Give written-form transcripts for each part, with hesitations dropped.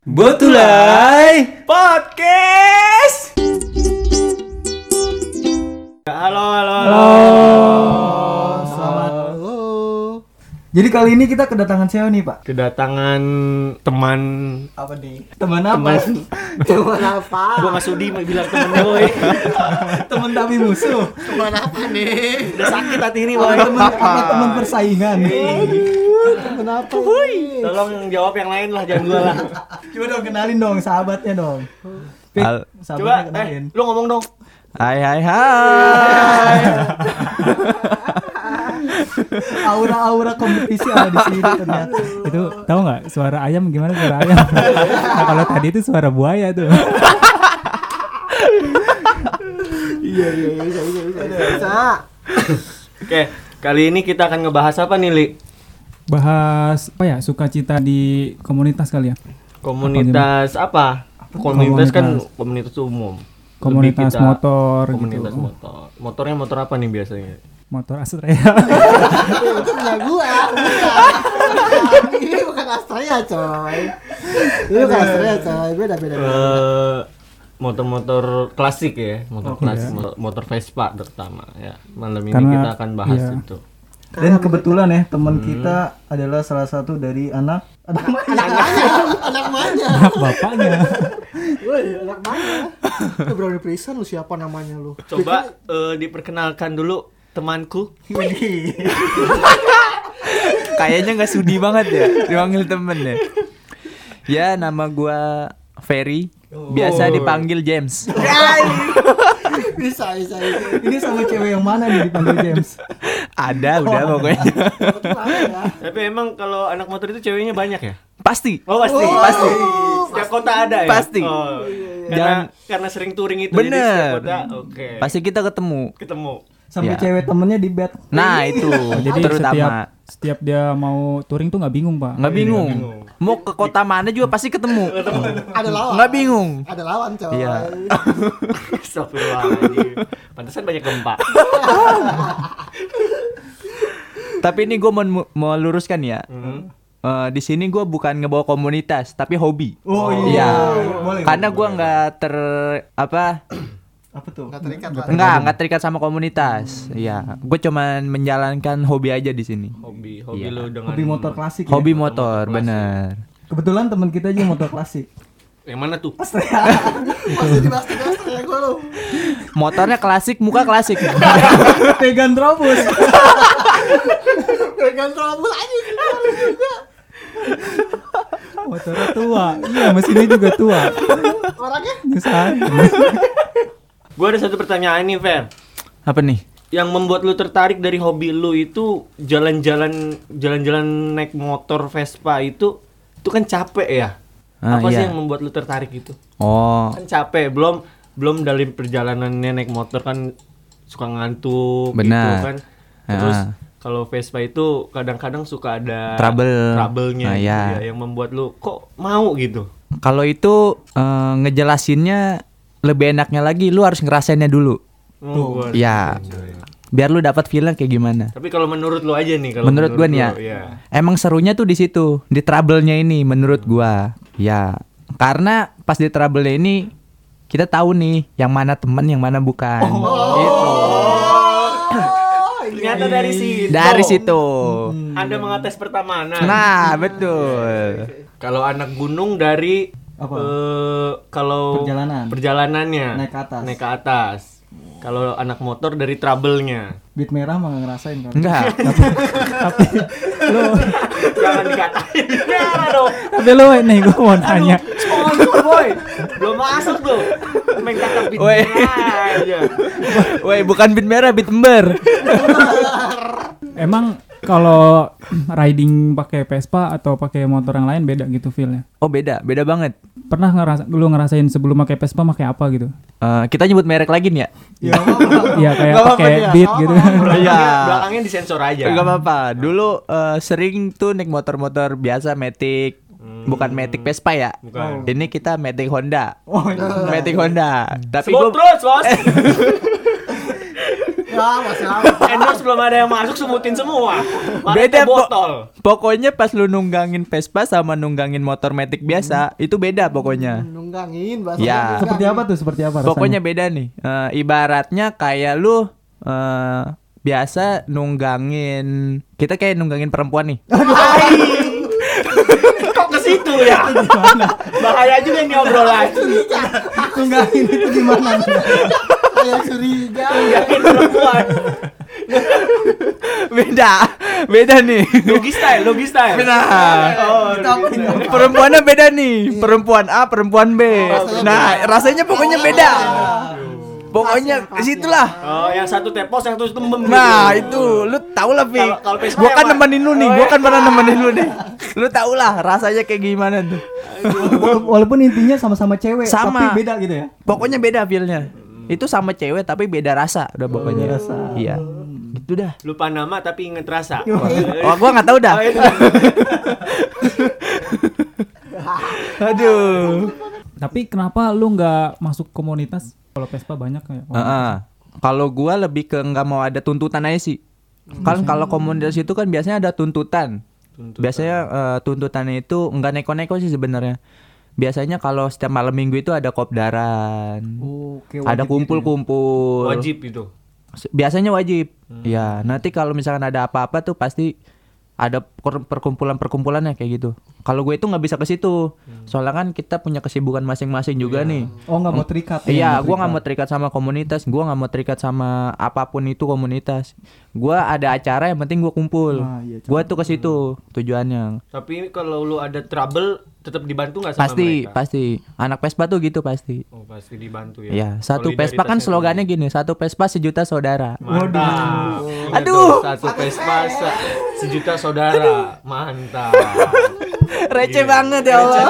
Botulai Podcast. Halo. Selamat. Jadi kali ini kita kedatangan siapa nih, Pak? Kedatangan teman. Apa nih? Teman apa? Teman apa? Gua nggak sudi bilang temennya, boy. Teman tapi musuh. Teman apa nih? Udah sakit hati ini, boy. Teman persaingan. Teman apa? Tolong jawab yang lain lah, jangan gua lah. Coba dong kenalin dong sahabatnya dong. Pik, Coba, sahabatnya kenalin. lu ngomong dong. Hai. Aura kompetisi ada di sini ternyata. Itu tahu nggak suara ayam gimana suara ayam? Nah, kalau tadi itu suara buaya tuh. Iya. Bisa. Oke, kali ini kita akan ngebahas apa nih, Li? Bahas apa ya? Sukacita di komunitas kali ya? Komunitas apa? Komunitas kan komunitas umum. Komunitas Lebih kita motor komunitas gitu. motor. Motornya motor apa nih biasanya? Motor Astrea. Itu punya gua. Ini bukan Astrea, coy. Ini bukan Astrea, coy. Beda. Motor-motor klasik ya, motor klasik, ya. motor Vespa terutama ya. Malam ini Karena, kita akan bahas iya. itu. Dan kebetulan ya teman kita adalah salah satu dari anak Anak mana? Anak bapaknya. Woi, anak mana? Lu berani perisan lu siapa namanya lu? Coba diperkenalkan dulu temanku. Kayaknya nggak sudi banget ya dipanggil temen ya. Ya, nama gua Ferry. Biasa dipanggil James. Bisa. ini sama cewek yang mana nih dipanggil James? Ada udah pokoknya. Ya. Tapi emang kalau anak motor itu ceweknya banyak ya? Pasti. Oh pasti. Setiap kota ada ya? Pasti. Oh, karena sering touring itu Bener. jadi setiap kota. Oke. Pasti kita ketemu. Sampai Ya. cewek temennya di bed. Nah, itu Jadi terutama setiap dia mau touring tuh nggak bingung, Pak. nggak bingung. Mau ke kota mana juga pasti ketemu. Ada lawan. Nggak bingung. Ada lawan, coy. Iya. Astagfirullahaladzim. Pantesan banyak gempa. Tapi ini gue mau luruskan ya. Di sini gue bukan ngebawa komunitas, tapi hobi. Oh Iya. Boleh. Karena gue nggak Apa tuh? Enggak terikat lah. nggak terikat sama komunitas. Iya, gue cuman menjalankan hobi aja di sini. Hobi Iya. lu dengan Hobi motor klasik ya? Hobi motor, bener. Kebetulan teman kita juga motor klasik. Yang mana tuh? Masih dibahas Astrea gua lu. Motornya klasik, muka klasik. Pegan Trobus. Dengan trouble aja juga. Motornya tua. Iya, mesinnya juga tua. Orangnya Nyusahin. Gua ada satu pertanyaan nih, Fer. Apa nih? Yang membuat lu tertarik dari hobi lu itu jalan-jalan naik motor Vespa itu kan capek ya? Apa sih Iya. yang membuat lu tertarik itu? Oh, Kan capek, belum dalam perjalanannya naik motor kan suka ngantuk gitu Benar. kan. Terus Ya. kalau Vespa itu kadang-kadang suka ada Ah, trouble-nya gitu iya. ya, yang membuat lu kok mau gitu. kalau itu ngejelasinnya lebih enaknya lagi, lu harus ngerasainnya dulu. Oh, Ya, biar lu dapat feeling kayak gimana. Tapi kalau menurut lu aja nih, kalau Menurut gua nih ya, lu, ya. emang serunya tuh di situ, di trouble-nya ini menurut gua. Ya, karena pas di trouble-nya ini kita tahu nih yang mana teman, yang mana bukan. Gitu. Ternyata dari situ. Dari situ. Anda mengates pertamanan. Nah, betul. Kalau anak gunung dari Apa? Kalau Perjalanan. perjalanannya Naik ke atas. Naik ke atas. Kalau anak motor dari trouble-nya. Beat merah mah nggak ngerasain kan? Enggak. Tapi lu Jangan dikatain. Merah dong. tapi lu nih gua mau nanya. Sponsor boy. Belum masuk tuh. Main kata beat Woi. aja. Woi, bukan beat merah, beat ember. Emang kalau riding pakai Vespa atau pakai motor yang lain beda gitu feel-nya. Oh, beda banget. Pernah lu ngerasain sebelum pakai Vespa pakai apa gitu? Kita nyebut merek lagi nih ya? Iya kayak Nggak apa-apa pakai dia. Beat gitu. Belakangnya, Iya. belakangnya disensor aja. Enggak apa-apa. Dulu sering tuh naik motor-motor biasa Matic. Bukan Matic Vespa ya? Bukan. Ini kita Matic Honda. Oh, iya. Matic Honda. Tapi Sebut gua terus, Bos. Masih aman. Endorse belum ada yang masuk, sebutin semua. Beda, Beda botol. Pokoknya pas lu nunggangin Vespa sama nunggangin motor matic biasa, itu beda pokoknya. Nunggangin bahasa Ya. Seperti apa tuh? Seperti apa rasanya? Pokoknya beda nih. Ibaratnya kayak lu biasa nunggangin, kita kayak nunggangin perempuan nih. Kok ke situ ya? Bahaya juga nih obrolan. Tunggangin itu gimana? Kayak curiga. Yakin perempuan. Beda nih. Logi style. Benar. Oh, Perempuannya beda nih. Perempuan A, perempuan B. Nah, rasanya pokoknya beda. Pokoknya kesitulah. Oh, yang satu tepos, yang satu tembem. Nah, itu lu tau lah, Pi. Kalau Vespa Gua kan apa? nemenin lu nih. Gua kan pernah nemenin lu nih. Lu tau lah rasanya kayak gimana tuh. Walaupun intinya sama-sama cewek, Sama. tapi beda gitu ya. Pokoknya beda feel-nya. Itu sama cewek tapi beda rasa udah pokoknya. beda rasa. Iya. Gitu dah. Lupa nama tapi inget rasa. Oh, gua enggak tahu dah. Oh, itu. Aduh. Tapi kenapa lu nggak masuk komunitas? Kalau Vespa banyak ya. Kalau gua lebih ke nggak mau ada tuntutan aja sih. Kan kalau komunitas itu kan biasanya ada tuntutan. Biasanya tuntutannya itu nggak neko-neko sih sebenarnya. Biasanya kalau setiap malam minggu itu ada kopdaran. Oke, Ada kumpul-kumpul. Wajib itu. Biasanya wajib. Ya, nanti kalau misalkan ada apa-apa tuh pasti ada perkumpulan-perkumpulannya kayak gitu. Kalau gue itu nggak bisa ke situ. Soalnya kan kita punya kesibukan masing-masing juga nih. Oh, nggak mau terikat. Iya, gue nggak mau terikat sama komunitas. Gue nggak mau terikat sama apapun itu komunitas. Gue ada acara yang penting gue kumpul. Ah, iya, Gue tuh ke situ tujuannya. Tapi kalau lu ada trouble tetap dibantu nggak sama mereka? Pasti. Anak Vespa tuh gitu pasti. Oh, pasti dibantu ya. Iya, satu Vespa kan slogannya gini, satu Vespa sejuta saudara. Mantap. Aduh. Satu Vespa sejuta saudara. Mantap. Receh banget ya Allah.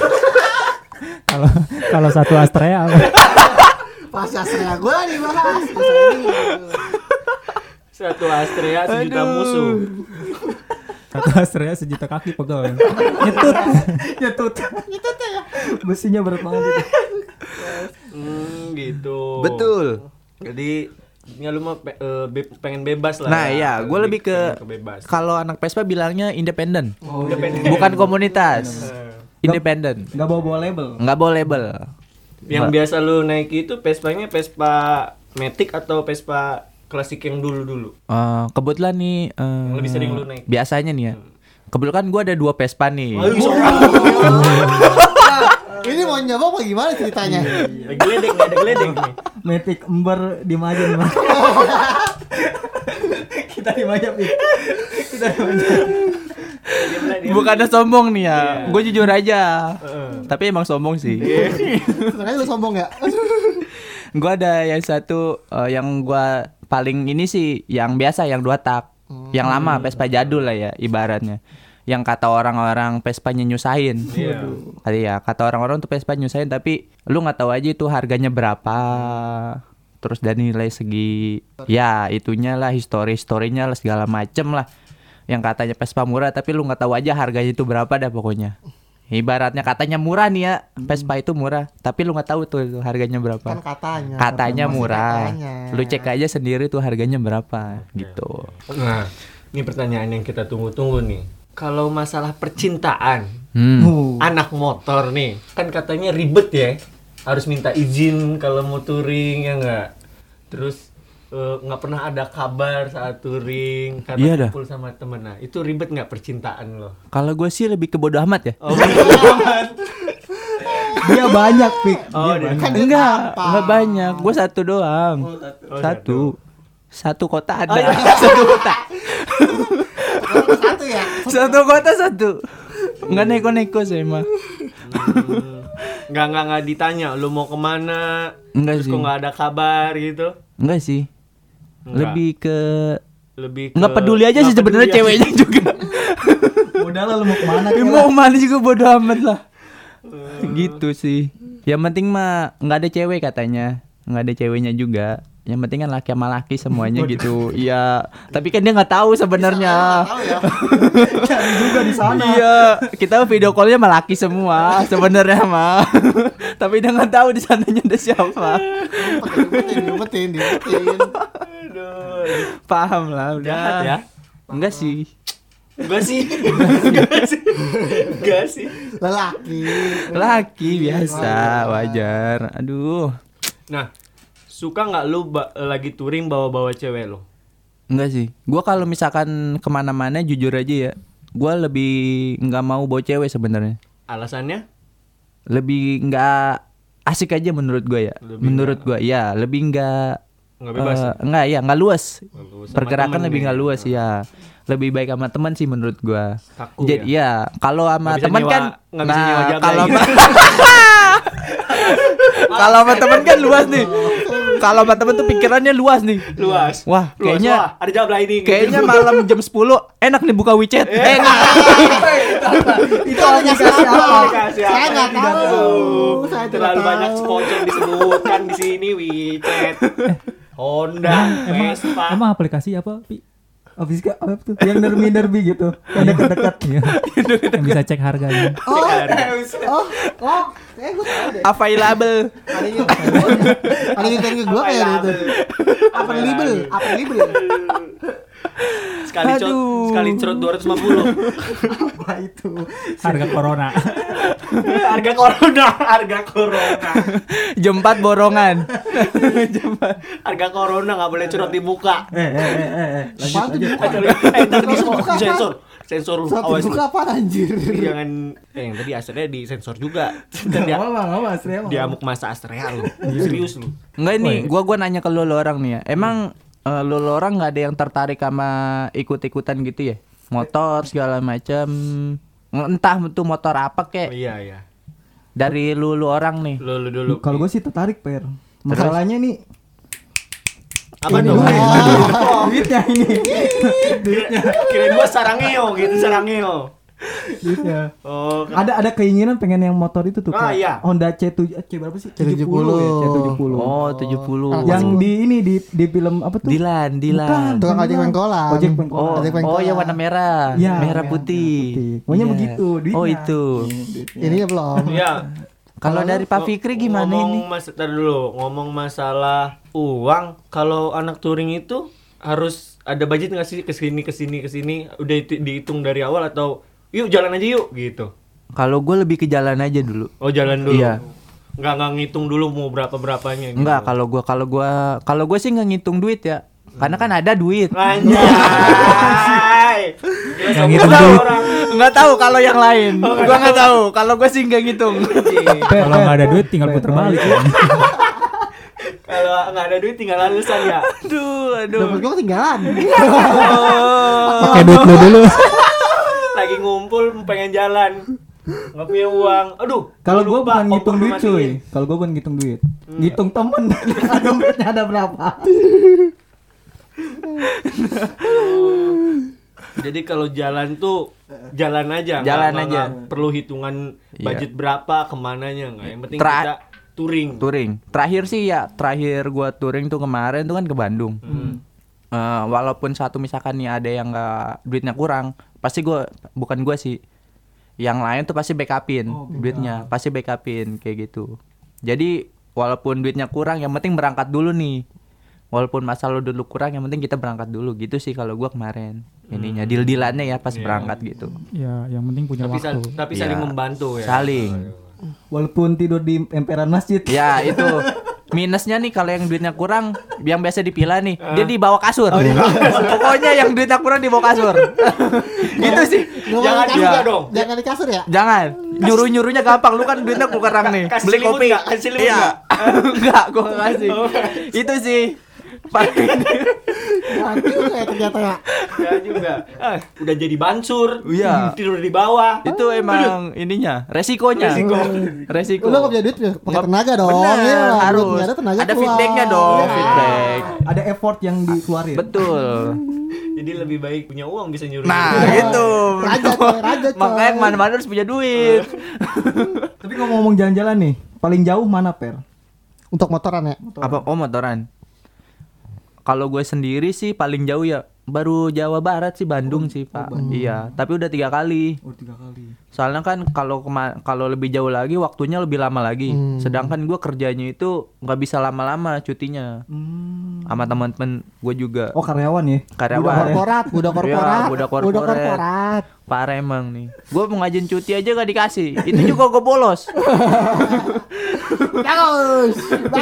Kalau satu Astrea apa? Pas Astrea gue nih bahas. Satu Astrea sejuta musuh. Satu Astrea sejuta kaki pegel. Nyetut ya. Besinya berat banget itu. Gitu. Betul. Jadi ya lu mah pengen bebas lah. Nah, iya, gue lebih ke bebas. kalau anak Vespa bilangnya independen. Independen. Bukan komunitas. Independen. Nggak bawa label. Nggak bawa label. Yang biasa lu naik itu Vespanya Vespa Matic atau Vespa klasik yang dulu-dulu? Kebetulan nih Yang lebih sering lu naik. biasanya nih ya. Kebetulan gue ada 2 Vespa nih. Ini mau nyoba apa gimana ceritanya? Geledek, nggak ada geledek nih. Matic ember di aja nih, Mas. Kita di aja, Pi. Kita di aja. Bukannya sombong nih ya. Gue jujur aja. Tapi emang sombong sih. Sebenarnya lu sombong ya? Gue ada yang satu yang gue paling ini sih yang biasa yang 2 tak. Yang lama Vespa jadul lah ya ibaratnya. Yang kata orang-orang Vespanya nyusahin. Iya, kata orang-orang tuh Vespa nyusahin tapi lu nggak tahu aja itu harganya berapa. Terus dari nilai segi ya itunya lah historinya lah segala macem lah. Yang katanya Vespa murah tapi lu nggak tahu aja harganya itu berapa dah pokoknya. Ibaratnya katanya murah nih ya, Vespa itu murah, tapi lu nggak tahu tuh harganya berapa. Kan katanya. Katanya Masih murah. katanya. Lu cek aja sendiri tuh harganya berapa gitu. Nah, ini pertanyaan yang kita tunggu-tunggu nih. Kalau masalah percintaan, anak motor nih, kan katanya ribet ya. Harus minta izin kalau mau touring ya nggak. Terus nggak pernah ada kabar saat touring karena Iya dah. kumpul sama temen. Nah, itu ribet nggak percintaan lo? Kalau gue sih lebih ke bodo amat ya. Oh, Dia banyak, Pik. oh dia. Kan dia Enggak gampang. banyak. Gue satu doang. Oh, Satu kota ada. Satu kota. Satu ya. Satu kota satu. Enggak neko-neko sih mah. Nggak ditanya lu mau kemana, Enggak terus sih. kok nggak ada kabar gitu. Enggak sih. Enggak. Lebih ke nggak peduli aja sih sebenarnya ceweknya juga. Udah lah, lu mau kemana? Ya, mau kemana juga bodo amat lah. Gitu sih. Yang penting mah nggak ada cewek katanya. Nggak ada ceweknya juga. Yang penting kan laki sama laki semuanya gitu. Iya. Tapi kan dia nggak tahu sebenarnya. Tahu ya. Cari juga di sana. Iya. Kita video callnya sama laki semua sebenarnya mah. Tapi dia nggak tahu di sananya ada siapa. Diumpetin. Aduh. Aduh. Paham lah udah. Jahat ya? Enggak sih. Enggak sih. Enggak sih. Laki biasa, wajar. Aduh. Nah, suka nggak lu lagi touring bawa-bawa cewek lo? Enggak sih. Gua kalau misalkan kemana-mana jujur aja ya, gua lebih nggak mau bawa cewek sebenarnya. Alasannya? Lebih nggak asik aja menurut gua ya. Menurut gua ya, lebih nggak bebas. nggak luas. Sama Pergerakan temen lebih nih. nggak luas ya. Lebih baik sama teman sih menurut gua. Kaku Jadi ya, kalau sama Nggak bisa teman nyewa- kan nggak bisa nyewa jaga kalau gitu. kalau sama teman kan luas nih. Kalau sama teman tuh pikirannya luas nih. Luas. Wah, Luas, kayaknya wah, ada jabla ini. kayaknya malam jam 10 enak nih buka WeChat. Enak. Itu aplikasi apa? Saya nggak tahu. Saya tidak Terlalu tahu. banyak sponsor disebutkan di sini WeChat. Honda, Vespa. Emang aplikasi apa, Pi? Aplikasi apa tuh? Yang derby gitu. Yang dekat-dekat. Iya. Yang bisa cek harganya. Oh, gue tahu deh. Available. Ada yang tanya gue kayak gitu. Apa libel? Sekali cerut 250. Apa itu? Harga corona. Harga corona. Jam 4 borongan. Harga corona nggak boleh curhat di muka. Apaan tuh dibuka? Ntar di sensor lu, Satu awas lu. buka apa anjir? Jangan yang tadi Astrea di sensor juga. Enggak Dia apa-apa, Astrea mah. diamuk masa Astrea lu. Serius lu. Enggak nih, gua nanya ke lu orang nih ya. Emang lu orang nggak ada yang tertarik sama ikut-ikutan gitu ya? Motor segala macam. Entah itu motor apa Oh, kek. iya. Dari lu orang nih. Lu dulu. Kalau gue sih tertarik, Per. Masalahnya nih apa ini, dong? duitnya ini. Kirain gua sarangeo gitu, sarangeo. Duitnya. Oh, Ada keinginan pengen yang motor itu tuh. Ah, kayak iya. Honda C7 berapa sih? C70. ya, C70. Oh, 70. Yang di ini di film apa tuh? Dilan. Bukan, Tukang ojek bukan. pengkolan. Ojek pengkolan. Oh, Ojek pengkolan. yang warna merah. Iya, merah putih. Pokoknya Iya. begitu duitnya. Oh, itu. Ini ya belum. Iya. Kalau dari Pak Fikri gimana ini? Ngomong masalah uang, kalau anak touring itu harus ada budget nggak sih kesini udah dihitung dari awal atau yuk jalan aja yuk gitu. Kalau gue lebih ke jalan aja dulu. Oh jalan dulu. Iya. Nggak ngitung dulu mau berapanya gitu. Enggak, kalau gue sih nggak ngitung duit ya. Karena kan ada duit. Anjay. Yang Nggak ngitung tahu duit. orang. Nggak tahu kalau yang lain. Gua nggak tahu. Kalau gue sih nggak ngitung. Kalau nggak ada duit tinggal puter balik. Kalau nggak ada duit tinggal alasan ya. Dompet Aduh. gue ketinggalan. Pakai duit lu dulu. Lagi ngumpul pengen jalan. Nggak punya uang. Aduh. Kalau gue lupa, bukan ngitung kompor duit matiin. cuy. Kalau gue bukan ngitung duit. Ngitung temen. Dompetnya ada berapa? Jadi kalau jalan tuh jalan aja. Jalan nggak aja. perlu hitungan budget berapa kemananya nggak. Yang penting Tra- kita touring. Touring. Terakhir gua touring tuh kemarin tuh kan ke Bandung. Walaupun satu misalkan nih ada yang nggak duitnya kurang, pasti bukan gua sih. Yang lain tuh pasti backupin duitnya, pasti backupin kayak gitu. Jadi walaupun duitnya kurang, yang penting berangkat dulu nih. Walaupun masa lo dulu kurang, yang penting kita berangkat dulu gitu sih kalau gua kemarin. Ininya deal-dealannya ya pas berangkat gitu. Ya, yang penting punya waktu. Tapi saling Iya. membantu ya. Saling. Walaupun tidur di emperan masjid. Ya itu minusnya nih kalau yang duitnya kurang, yang biasa dipilah nih, dia dibawa kasur. Pokoknya yang duitnya kurang dibawa kasur. Gitu sih. Jangan Kasur juga ya? dong. Jangan di kasur ya? Jangan nyuruhnya gampang. Lu kan duitnya kurang nih. Kasih Beli selimut kopi. nggak? Kasih selimut Iya. Enggak, gua nggak kasih. Itu sih. Paling Mati kayak ternyata ya. Ya juga. Udah jadi bansur. Iya. Tidur di bawah. itu emang ininya, resikonya. Resiko. Lu gak punya duit ya? Pakai tenaga dong. Bener, Iya, harus. duit nggak ada tenaga Ada keluar. feedbacknya dong, Iya. feedback. Ada effort yang dikeluarin. Betul. Jadi lebih baik punya uang bisa nyuruh. Nah, Iya. itu. Raja coy. Makanya mana-mana harus punya duit. Tapi ngomong jalan-jalan nih, paling jauh mana, Per? Untuk motoran ya? Apa? Oh, motoran. Kalau gue sendiri sih paling jauh ya baru Jawa Barat sih, Bandung sih Pak. Iya, tapi udah 3 kali. Oh, 3 kali. Soalnya kan kalau lebih jauh lagi waktunya lebih lama lagi. Sedangkan gue kerjanya itu nggak bisa lama-lama cutinya. sama teman-teman gue juga. Oh karyawan ya? Karyawan. Budak korporat. Iya, budak korporat. Parah emang nih. Gue mau ngajuin cuti aja gak dikasih. Itu juga gue bolos. Bagus.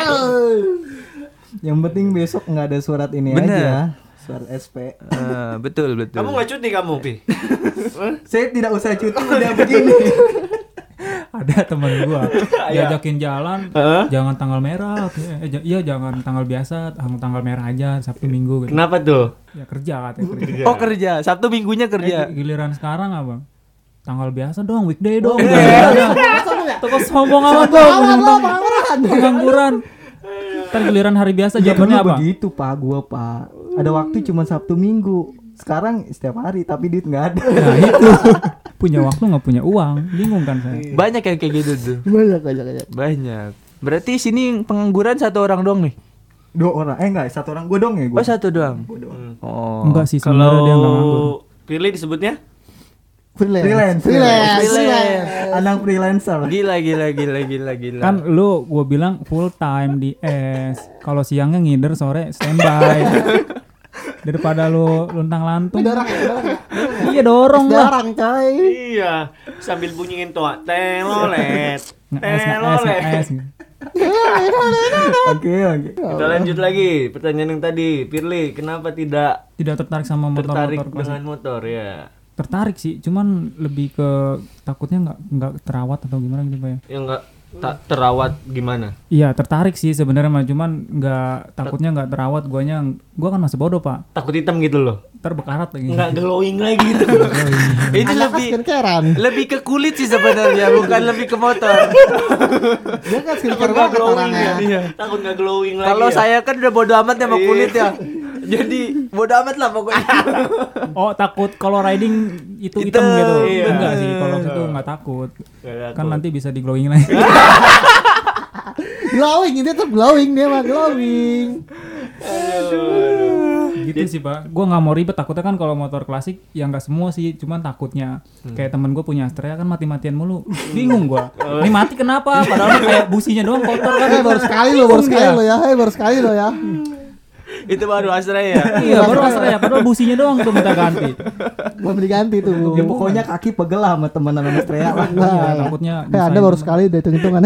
Yang penting besok nggak ada surat ini Bener. aja. Surat SP. Betul. Kamu nggak cuti kamu, Pi? Saya tidak usah cuti udah begini. Ada teman gua diajakin jalan, jangan tanggal merah. Iya jangan tanggal biasa, tanggal merah aja Sabtu Minggu gitu. Kenapa tuh? Ya kerja katanya kerja. Oh kerja. Sabtu minggunya kerja. Giliran sekarang apa? Tanggal biasa dong, weekday dong. Toko sombong amat tuh. Pengangguran. Ntar giliran hari biasa Ya jawabannya dulu apa? begitu Pak, gua Pak. Ada waktu cuma Sabtu Minggu. Sekarang setiap hari tapi duit nggak ada. Nah itu punya waktu nggak punya uang, bingung kan saya. Banyak yang kayak gitu tuh. Banyak. Berarti sini pengangguran satu orang doang nih? 2 orang. Enggak, 1 orang gua dong ya gua. Oh satu doang. Gua doang. Oh. Enggak sih sebenarnya dia nggak nganggur. Kalau pilih disebutnya? Freelance. Anak freelancer. Gila. Kan lu gua bilang full time di S. Kalau siangnya ngider, sore standby. Daripada lu luntang-lantung. Iya dorong lah. Jarang coy. Iya, sambil bunyiin toa telolet. Nge-S. Oke. Kita lanjut lagi pertanyaan yang tadi, Firly, kenapa tidak Tidak tertarik sama tertarik motor-motor klasik? dengan motor ya? Tertarik sih, cuman lebih ke takutnya nggak terawat atau gimana gitu Pak ya. Yang enggak tak terawat gimana? Iya tertarik sih sebenarnya mah, cuman takutnya nggak terawat. Gua kan masih bodoh Pak, Takut hitam gitu loh. terbekarat lagi. Enggak glowing lagi gitu. Ini lebih ke kulit sih sebenarnya, bukan lebih ke motor. Dia kan skincare Takut enggak banget glowing ya. orangnya. Takut enggak glowing lagi. Kalau ya? saya kan udah bodo amat ya sama kulit ya. Jadi bodo amat lah pokoknya. Oh takut kalau riding itu hitam Hitam, gitu? iya. Enggak sih, kalau itu nggak takut. Nggak Kan takut. nanti bisa di glowing lagi. Glowing, dia tuh glowing, dia mah glowing. Gitu sih Pak. Gua nggak mau ribet, takutnya kan kalau motor klasik ya nggak semua sih, cuman takutnya kayak temen gue punya Astrea kan mati-matian mulu. Bingung gua. Ini mati kenapa? Padahal kayak businya doang kotor kan. Baru sekali lo ya. Itu baru Astra ya. Iya baru Astrea, padahal businya doang tuh minta ganti. Belum diganti tuh. Ya pokoknya kaki pegel lah sama teman Astrea lah. Iya, takutnya. Anda baru sekali udah hitung-hitungan.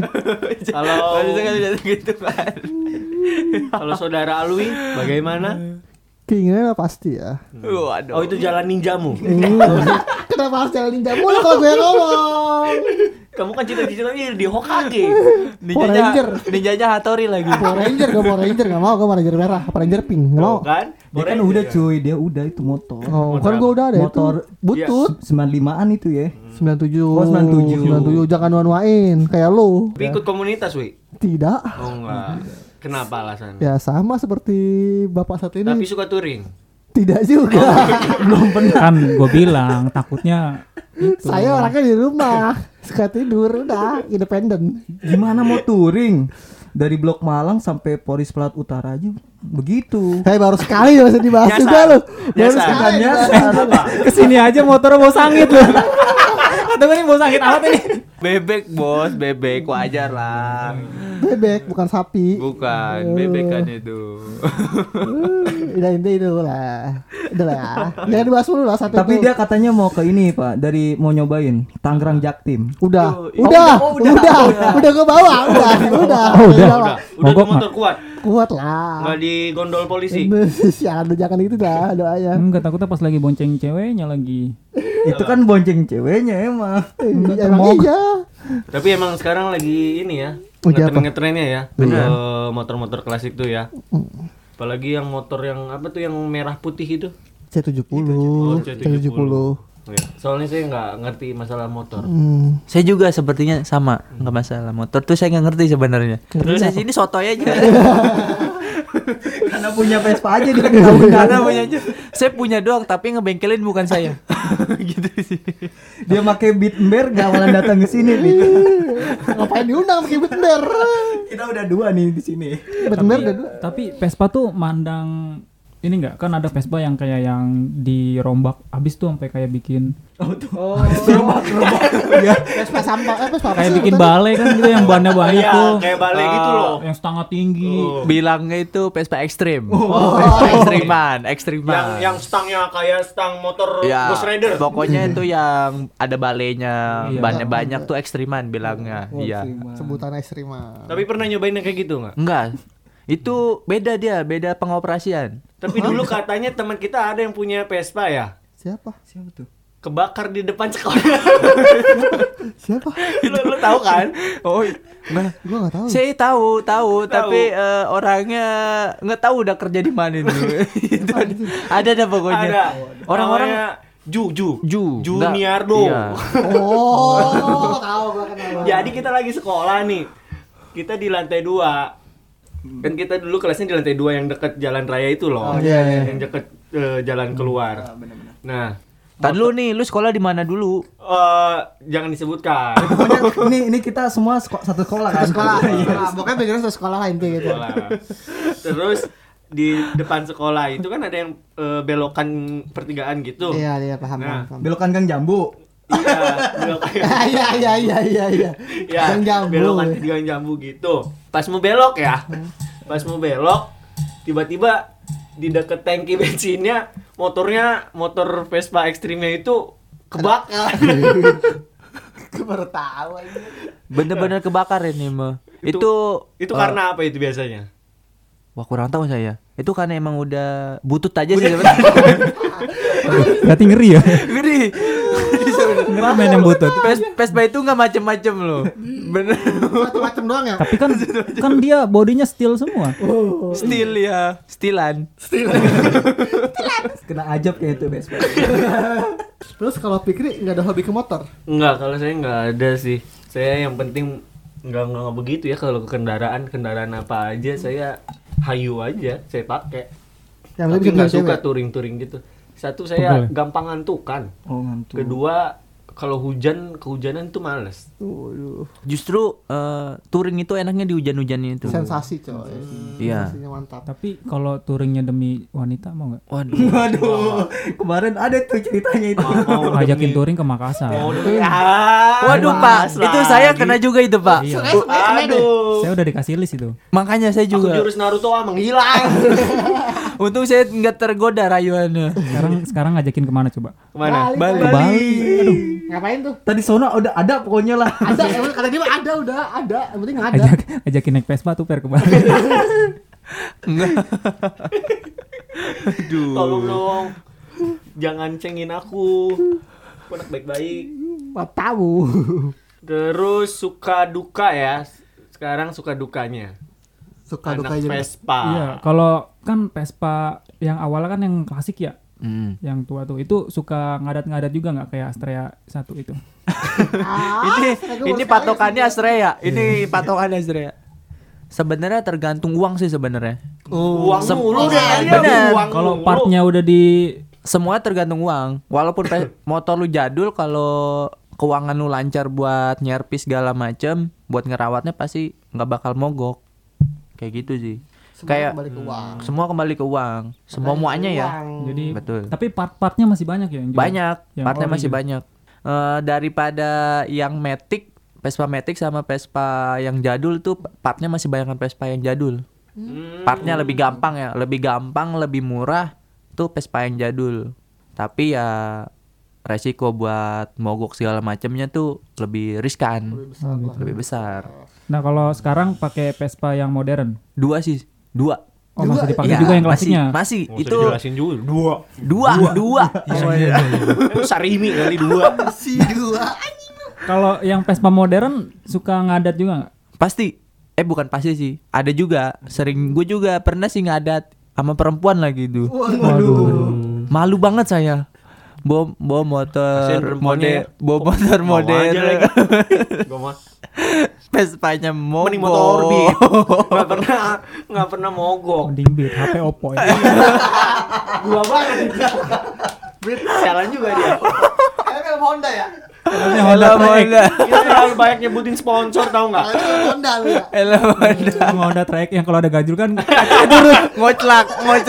Kalau gitu kan. kalau saudara Alwi bagaimana? Keinginannya pasti ya. Waduh. Oh itu jalan ninjamu. Kenapa harus jalan ninja mulu kalau gue ngomong? Kamu kan cita-citanya di Hokage. Power Ranger. Ninjanya Hattori lagi. Power Ranger gak mau, gue mau Ranger merah, apa Ranger pink, gak mau. Kan? Dia kan udah cuy, dia udah itu motor. Oh, kan gue udah ada Motor itu. Butut. 95-an itu ya. 97. Oh, 97. 97 jangan nuan-nuain kayak lu. Tapi ikut komunitas, Wi? Tidak. Oh enggak. Kenapa alasannya? Ya sama seperti bapak saat ini. Tapi suka touring. Tidak juga. Belum pernah. Kan gue bilang takutnya itu. Saya orangnya di rumah, suka tidur, udah independen. Gimana mau touring? Dari Blok Malang sampai Poris Pelat Utara aja begitu. Baru sekali gak usah dibahas Nyasar. juga lu. Baru Nyasar. sekali. Kesini aja motornya mau sangit loh. Atau ini mau sangit amat ini. Bebek bos, bebek wajar lah. Bebek bukan sapi. Bukan, bebek kan itu. Udah itu lah. Udah lah ya. Jangan dibahas dulu lah satu Tapi itu. dia katanya mau ke ini Pak, dari mau nyobain Tangerang Jaktim. Udah udah. gue bawa, udah. Udah Mogok di motor kuat. Kuat lah. Enggak di gondol polisi. Jangan gitu dah doanya. Enggak, takutnya pas lagi bonceng ceweknya lagi. Itu kan bonceng ceweknya emang. Emang iya. Tapi emang sekarang lagi ini ya. Lagi apa? Ngetren-ngetrennya ya. Motor-motor klasik tuh ya. Apalagi yang motor yang apa tuh yang merah putih itu. C70. C70. C70. Ya. Soalnya saya nggak ngerti masalah motor. Saya juga sepertinya sama, nggak masalah motor tuh saya nggak ngerti sebenarnya. Terus di sini sotoy aja. Karena punya Vespa aja dia tahu Karena punya aja. Saya punya doang tapi ngebengkelin bukan saya. Gitu sih. Dia pakai Bitmber gak malah datang ke sini nih. Ngapain diundang pakai Bitmber? Kita udah 2 nih di sini. Bitmber udah dua. Tapi Vespa tuh mandang ini enggak kan ada Vespa yang kayak yang dirombak habis tuh sampai kayak bikin Vespa sampah, Vespa apa kayak sih bikin sebutannya? balai kan gitu yang bannya banyak Iya, tuh. kayak balai gitu loh. Yang setengah tinggi. Bilangnya itu Vespa ekstrim. Vespa ekstriman. Yang stangnya kayak stang motor Ya, Ghost Rider. pokoknya itu yang ada balainya, Iya. bannya banyak tuh ekstriman bilangnya. Iya. Sebutan ekstrim. Tapi pernah nyobain yang kayak gitu nggak? Enggak. Itu beda dia, beda pengoperasian. Tapi dulu katanya teman kita ada yang punya Vespa ya. Siapa? Siapa tuh? Kebakar di depan sekolah. Siapa? lu tahu kan? Oh, nah, Gua enggak tahu. saya tahu, tapi orangnya nggak tahu udah kerja di mana itu. Itu ada dah pokoknya. Ada. Orang-orang Namanya Ju. Enggak. Juniardo. Iya. Oh, tahu gua kenal. Jadi kita lagi sekolah nih. Kita di lantai 2. Kan kita dulu kelasnya di lantai 2 yang deket jalan raya itu loh. iya. Yang deket jalan keluar. Nah, Tadi lu nih, lu sekolah di mana dulu? jangan disebutkan. Pokoknya ini kita semua satu sekolah kan. Sekolah. Pokoknya background satu sekolah lain tuh gitu. Sekolah. Terus di depan sekolah itu kan ada yang belokan pertigaan gitu. Iya, paham. Belokan Gang Jambu. Iya, belokan. Iya. Ya, Gang Jambu. belokan Gang Jambu gitu. Pas mau belok ya. Pas mau belok, tiba-tiba di deket tangki bensinnya motor Vespa ekstrimnya itu kebakar. Gue baru tahu aja. Bener-bener kebakar ini mah. Itu karena apa itu biasanya? Wah, kurang tahu saya. Itu karena emang udah butut aja sih sebenarnya. Berarti ngeri ya. Ngeri. Ngeri main yang butut. Vespa itu nggak macem-macem loh. Bener. Macam-macam doang ya. Tapi kan dia bodinya steel semua. Steel ya, stilan. Kena ajab kayak itu Vespa. Terus kalau Fikri nggak ada hobi ke motor? Enggak, kalau saya enggak ada sih. Saya yang penting enggak begitu ya, kalau kendaraan apa aja saya hayu aja, saya pakai. Yang Tapi lebih nggak cewek. suka touring gitu. Satu, saya Pegel. gampang ngantukan. Oh, ngantuk. Kedua, kalau kehujanan tuh males. Justru touring itu enaknya di hujan-hujan itu. Sensasi coy. Iya. Sensasinya mantap. Tapi kalau touringnya demi wanita mau nggak? Waduh. Waduh, kemarin ada tuh ceritanya itu. Mau Ngajakin demi- touring ke Makassar. mau demi- Waduh, Pak. Itu saya kena juga itu, Pak. Iya. Aduh. Saya udah dikasih list itu. Makanya saya Aku juga. jurus Naruto menghilang. Untung saya nggak tergoda rayuannya. Sekarang ngajakin kemana coba? Kemana? Bali. Ke Bali. Aduh, Ngapain tuh? Tadi sono udah ada pokoknya lah. Ada, emang kata dia mah udah ada. Yang penting ada. ajakin naik Vespa tuh per ke Bali. Tolong dong. Jangan cengin aku. Aku anak baik-baik. Apa tahu? Terus suka duka ya. Sekarang suka dukanya. Suka Anak duka aja. Vespa. Iya, kalau kan Vespa yang awalnya kan yang klasik ya, Hmm. yang tua tuh itu suka ngadat-ngadat juga nggak kayak Astrea 1 itu. Ini patokannya Astrea. Ini patokannya Astrea. Sebenarnya tergantung uang sih sebenarnya. Uang mulu deh. Bener. Kalau partnya udah di Semua tergantung uang. Walaupun motor lu jadul, kalau keuangan lu lancar buat nyerpis segala macem, buat ngerawatnya pasti nggak bakal mogok. Kayak gitu sih. Kayak kembali ke uang. semua kembali ke uang. Semua muanya ya. jadi Betul. tapi part-partnya masih banyak ya yang jual? Banyak, Yang partnya ori masih gitu. banyak. Daripada yang Matic, Vespa Matic sama Vespa yang jadul tuh partnya masih banyak Vespa yang jadul. Partnya lebih gampang ya, lebih gampang, lebih murah tuh Vespa yang jadul. Tapi ya resiko buat mogok segala macamnya tuh lebih riskan, lebih besar. Nah, kalau sekarang pakai Vespa yang modern. Dua sih, dua. Oh, masih dipakai Iya, juga yang klasiknya. Masih, Nggak usah itu dijelasin juga. dua. Sarimi kali 2. Kalau yang Vespa modern suka ngadat juga nggak? Pasti. Bukan pasti sih. Ada juga. Sering gue juga pernah sih ngadat sama perempuan lagi tuh. Waduh. Malu banget saya. Bawa Kasihan motor perempuannya ya. bawa motor Mau aja modern. lagi. Gua mah Vespanya mending mogok. motor Orbit. Nggak pernah mogok. Mending beat HP Oppo ya. Gua banget. Sialan juga dia. Kayak film Honda ya. Helmnya Honda Helm Track. Honda. Kita terlalu banyak nyebutin sponsor tahu nggak? Honda lu ya. Helm Honda. Sama Honda Track yang kalau ada gajul kan Ngoclak.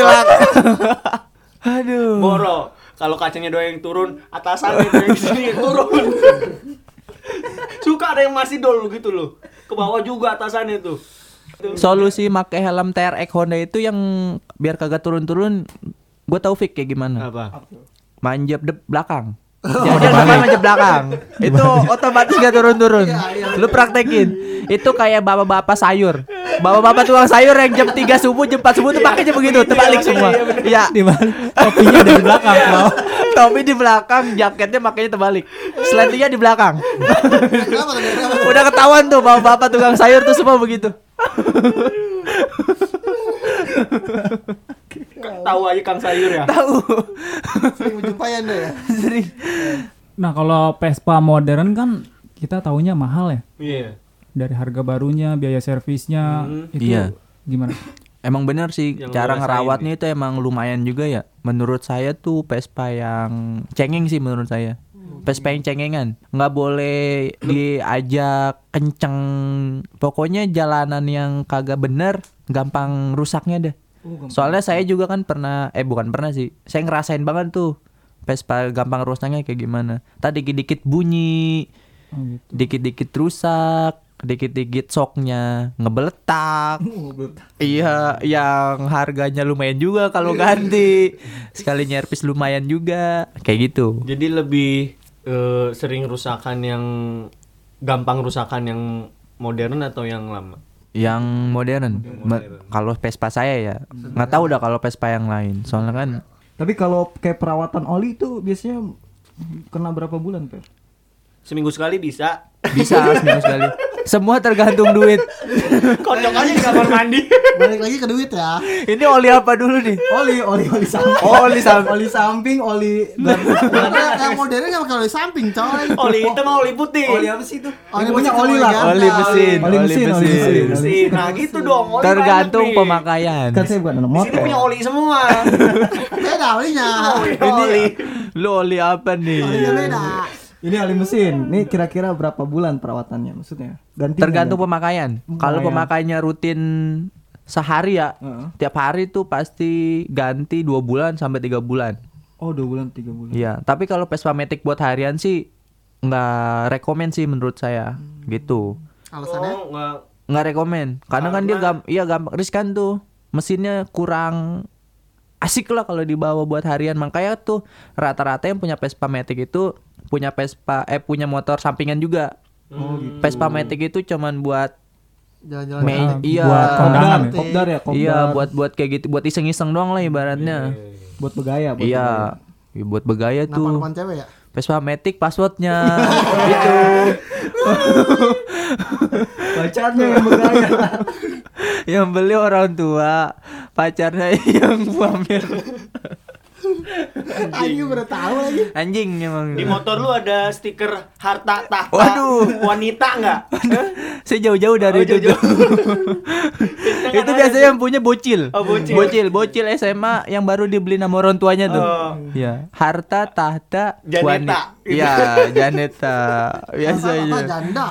Aduh. Boro. Kalau kacanya doang yang turun, atasannya itu yang sini yang turun. Suka ada yang masih dol gitu loh. Ke bawah juga atasannya tuh. Solusi pakai helm TRX Honda itu yang biar kagak turun-turun, gue tau Fik kayak gimana. Apa? Manjab belakang. Jadi depan manjab belakang. Itu otomatis gak turun-turun. Lu praktekin. Itu kayak bapak-bapak sayur. Bapak-bapak tukang sayur yang jam 3 subuh, jam 4 subuh tuh pakainya begitu, terbalik semua. Iya. di balik topinya dari belakang. Bro. Topi di belakang, jaketnya makanya terbalik. Slantingnya di belakang. Udah ketahuan tuh bapak-bapak tukang sayur tuh semua begitu. Tahu aja Kang Sayur ya? Tahu. Sering menjumpai Anda ya. Sering. Nah, kalau Vespa modern kan kita taunya mahal ya. Iya. Dari harga barunya, biaya servisnya itu Iya. gimana? Emang bener sih Yang cara lu rasain ngerawatnya itu emang lumayan juga ya. Menurut saya tuh Vespa yang cengeng sih menurut saya. Vespa yang cengengan, nggak boleh diajak kenceng. Pokoknya jalanan yang kagak bener, gampang rusaknya deh. Soalnya saya juga kan pernah, bukan pernah sih, saya ngerasain banget tuh Vespa gampang rusaknya kayak gimana. Tadi dikit-dikit bunyi, Oh, gitu. dikit-dikit rusak, dikit-dikit soknya ngebeletak. Iya, yang harganya lumayan juga kalau ganti. Sekali nyervis lumayan juga, kayak gitu. Jadi lebih sering rusakan yang gampang rusakan yang modern atau yang lama? Yang modern. Kalau Vespa saya ya, nggak tahu dah kalau Vespa yang lain. Soalnya kan Tapi kalau kayak perawatan oli itu biasanya kena berapa bulan, Pe? Seminggu sekali bisa. bisa seminggu sekali. Semua tergantung duit. Kocok aja di kamar mandi. Balik lagi ke duit ya. Ini oli apa dulu nih? Oli samping. Oh, oli samping. Oli samping, oli Ada yang modern yang kalau di samping coy. Oli hitam sama oli putih. oli apa sih itu? Oli Pokoknya mesin oli sama lah. ganda. Oli mesin. Oli mesin. Mesin. Nah gitu dong. Oli Tergantung banyak nih. pemakaian. Kan saya bukan anak Di sini motor. punya oli semua. Beda olinya. Oli. Lu oli apa nih? Olinya beda. Ini oli mesin. Ini kira-kira berapa bulan perawatannya maksudnya? Ganti Tergantung pemakaian. Kalau pemakaiannya rutin sehari ya, tiap hari tuh pasti ganti 2 bulan sampai 3 bulan. Oh, 2 bulan 3 bulan. Iya, tapi kalau Vespa Matic buat harian sih nggak rekomen sih menurut saya, gitu. Alasannya? Oh, nggak. Nggak rekomen, karena kan dia gampang riskan tuh, mesinnya kurang asik lah kalau dibawa buat harian. Makanya tuh rata-rata yang punya Vespa Matic itu punya motor sampingan juga. gitu. Vespa Matic itu cuman buat Jalan-jalan. iya, buat kondangan ya? Kopdar ya, kopdar. iya buat kayak gitu, buat iseng-iseng doang lah ibaratnya. Buat begaya, buat Iya, iya, buat begaya tuh. Nampang cewek ya? Vespa Matic passwordnya gitu. pacarnya yang begaya. Yang beli orang tua, pacarnya yang pamer. Anjing udah tahu lagi. Anjing emang. Di motor lu ada stiker harta tahta Waduh. wanita nggak? Saya jauh-jauh dari itu. Itu biasanya yang punya bocil. Oh, bocil. Bocil SMA yang baru dibeli nama orang tuanya tuh. Oh. Iya, harta tahta Janeta. wanita. Iya, Janeta. Apa Biasanya. janda?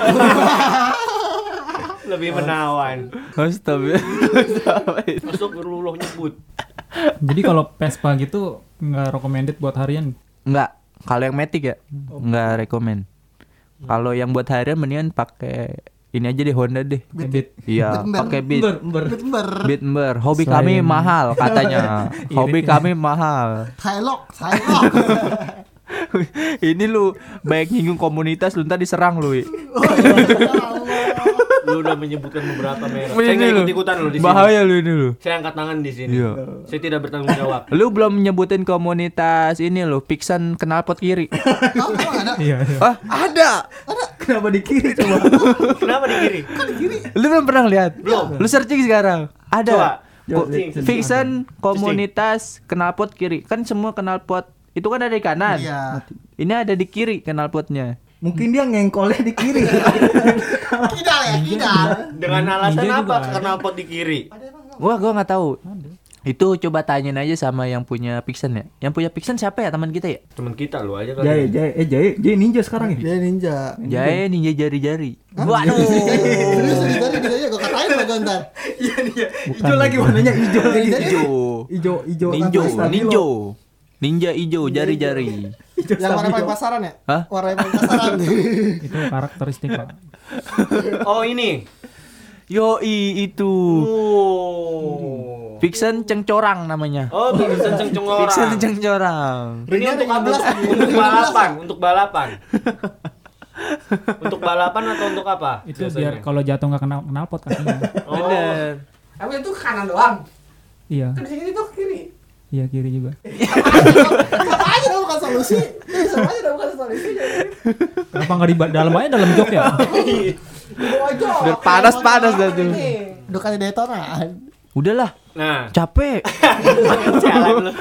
Lebih menawan. Astagfirullah. Masuk beruloh nyebut. Jadi kalau Vespa gitu nggak recommended buat harian. Enggak, kalau yang Matic ya enggak rekomen. Kalau yang buat harian mendingan pakai ini aja deh, Honda deh. Beat. Iya, Beat pakai Beat. Beat-ber. Beat. Hobi Selain- kami mahal katanya. Hobi kami mahal. Thailand. Ini lu baik nyinggung komunitas lu ntar diserang lu. Lu udah menyebutkan beberapa merek. Ini Saya nggak lu. ikut-ikutan lu di sini. Bahaya lu ini lu. Saya angkat tangan di sini. Iya. Saya tidak bertanggung jawab. Lu belum nyebutin komunitas ini lu, Pixan knalpot kiri. Emang ada? Iya. Hah? Ada. Kenapa di kiri coba? Kenapa di kiri? Lu belum pernah lihat? Belum. Lu searching sekarang. Ada. Coba. Pixan komunitas knalpot kiri. Kan semua knalpot itu kan ada di kanan. Iya. Ini ada di kiri knalpotnya. Mungkin dia ngengkolnya di kiri. Kidal ya, kidal. Dengan alasan Ninja apa juga knalpot di kiri? Gua nggak tahu. Itu coba tanyain aja sama yang punya Pixen ya. Yang punya Pixen siapa ya, teman kita ya? Temen kita lu aja kali. Jae ninja sekarang ya. Dia ninja. Jae ninja jari-jari. Waduh. Serius dari ninja gue katain lo ntar. Iya nih. Hijau lagi warnanya hijau lagi. Hijau. Ninja hijau jari-jari. Yang warna paling pasaran ya? Hah? Warna paling pasaran. Itu karakteristik Pak. Oh ini. Yoi itu. Oh. Pixen cengcorang namanya. Oh, Pixen cengcorang. Pixen cengcorang. Ini untuk apa? Untuk balapan. Untuk balapan atau untuk apa? Itu biasanya? biar kalau jatuh nggak knalpot kakinya. Oh. Bener. Tapi itu kanan doang. Iya. Kan di sini tuh kiri. Iya kiri juga. Sama aja dong bukan solusi. Sama aja dong bukan solusi. Kenapa nggak di dalam aja dalam jok ya? Biar panas-panas dah tuh. Udah kali Daytona. Udahlah, Nah, capek. jalan lu.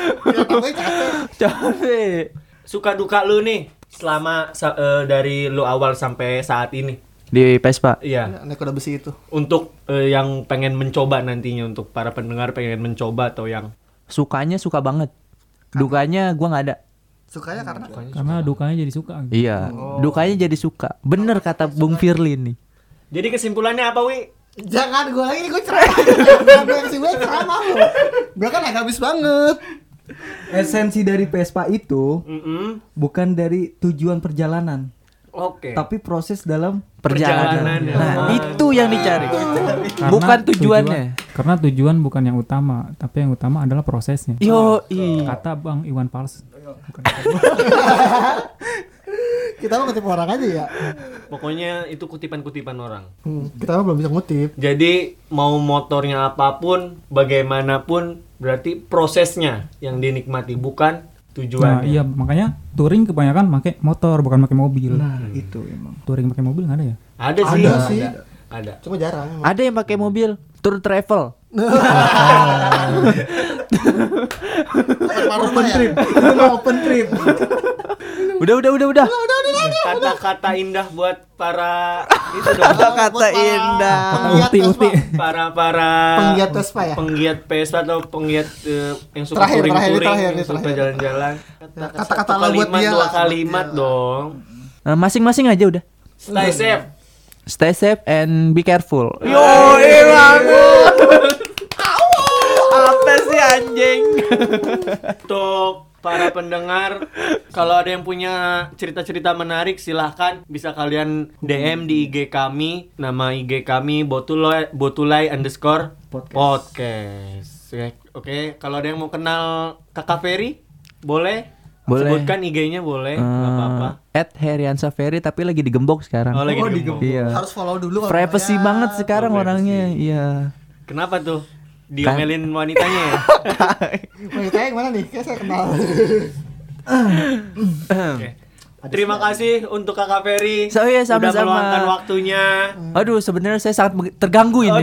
Capek. Suka duka lu nih selama dari lu awal sampai saat ini. Di Vespa. Iya. Naik kuda besi itu. Untuk yang pengen mencoba nantinya, untuk para pendengar pengen mencoba atau yang Sukanya suka banget. Dukanya gua nggak ada. Sukanya karena Karena dukanya jadi suka. Iya, dukanya jadi suka. Bener kata Bung Firly nih. Jadi kesimpulannya apa, Wi? jangan gue lagi nih gue ceramah. Gue yang sih gue ceramah lo. Gue kan agak habis banget. Esensi dari Vespa itu bukan dari tujuan perjalanan, Oke. tapi proses dalam Perjalanan. Perjalanan. Nah, itu yang dicari. Karena Bukan tujuannya. Karena tujuan bukan yang utama, tapi yang utama adalah prosesnya. Kata Bang Iwan Fals. Bukan kata gua. Kita mah ngutip orang aja ya. Pokoknya itu kutipan-kutipan orang. Kita mah belum bisa ngutip. Jadi mau motornya apapun, bagaimanapun, berarti prosesnya yang dinikmati, bukan Nah, tujuannya. iya makanya touring kebanyakan pakai motor bukan pakai mobil. nah itu emang. Touring pakai mobil nggak ada ya? Ada sih. Ada sih. Ada. Cuma jarang. Ada yang pakai mobil tour travel. Open trip. Open trip. Udah. Kata-kata indah buat para itu dong. Kata indah. Uti. Para Penggiat Vespa ya. penggiat Vespa atau penggiat yang suka Terakhir, touring-touring, terakhir, yang suka terakhir. jalan-jalan. Kata-kata Satu lah buat kalimat, dia dua lah, kalimat buat dia. dong. Masing-masing aja udah. Stay safe. Stay safe and be careful. Yo, banget. Apa sih anjing? Untuk para pendengar, kalau ada yang punya cerita-cerita menarik, silahkan bisa kalian DM di IG kami. Nama IG kami botulai_podcast. Oke, kalau ada yang mau kenal Kakak Ferry, boleh? Boleh. Sebutkan IG-nya boleh, nggak apa-apa. @Heriansaferi tapi lagi digembok sekarang. Oh, lagi digembok. Iya. Harus follow dulu. Privacy banget sekarang Oh, orangnya. Iya. Kenapa tuh? Diomelin wanitanya ya? Wanitanya yang mana nih? Kayak saya kenal. Oke. Terima kasih untuk Kakak Ferry. Iya, udah sama-sama. meluangkan waktunya. Aduh, sebenarnya saya sangat terganggu ini.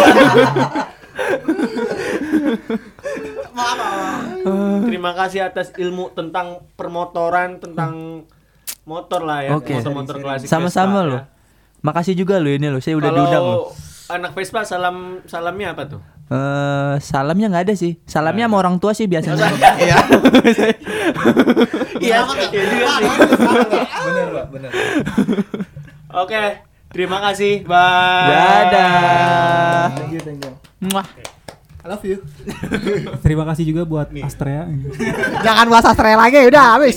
Terima kasih atas ilmu tentang permotoran, tentang motor lah ya. Oke. Motor-motor klasik. Sama-sama Vespa, loh. ya. Makasih juga loh ini loh. Saya udah Kalau diundang loh. anak Vespa salamnya apa tuh? Salamnya nggak ada sih. Salamnya sama orang tua sih biasanya. Iya. Iya. Bener Pak, bener. Oke, terima kasih. Bye. Dadah. Thank you. Muah. I love you. Terima kasih juga buat Astrea. Jangan bahas Astrea lagi, udah habis.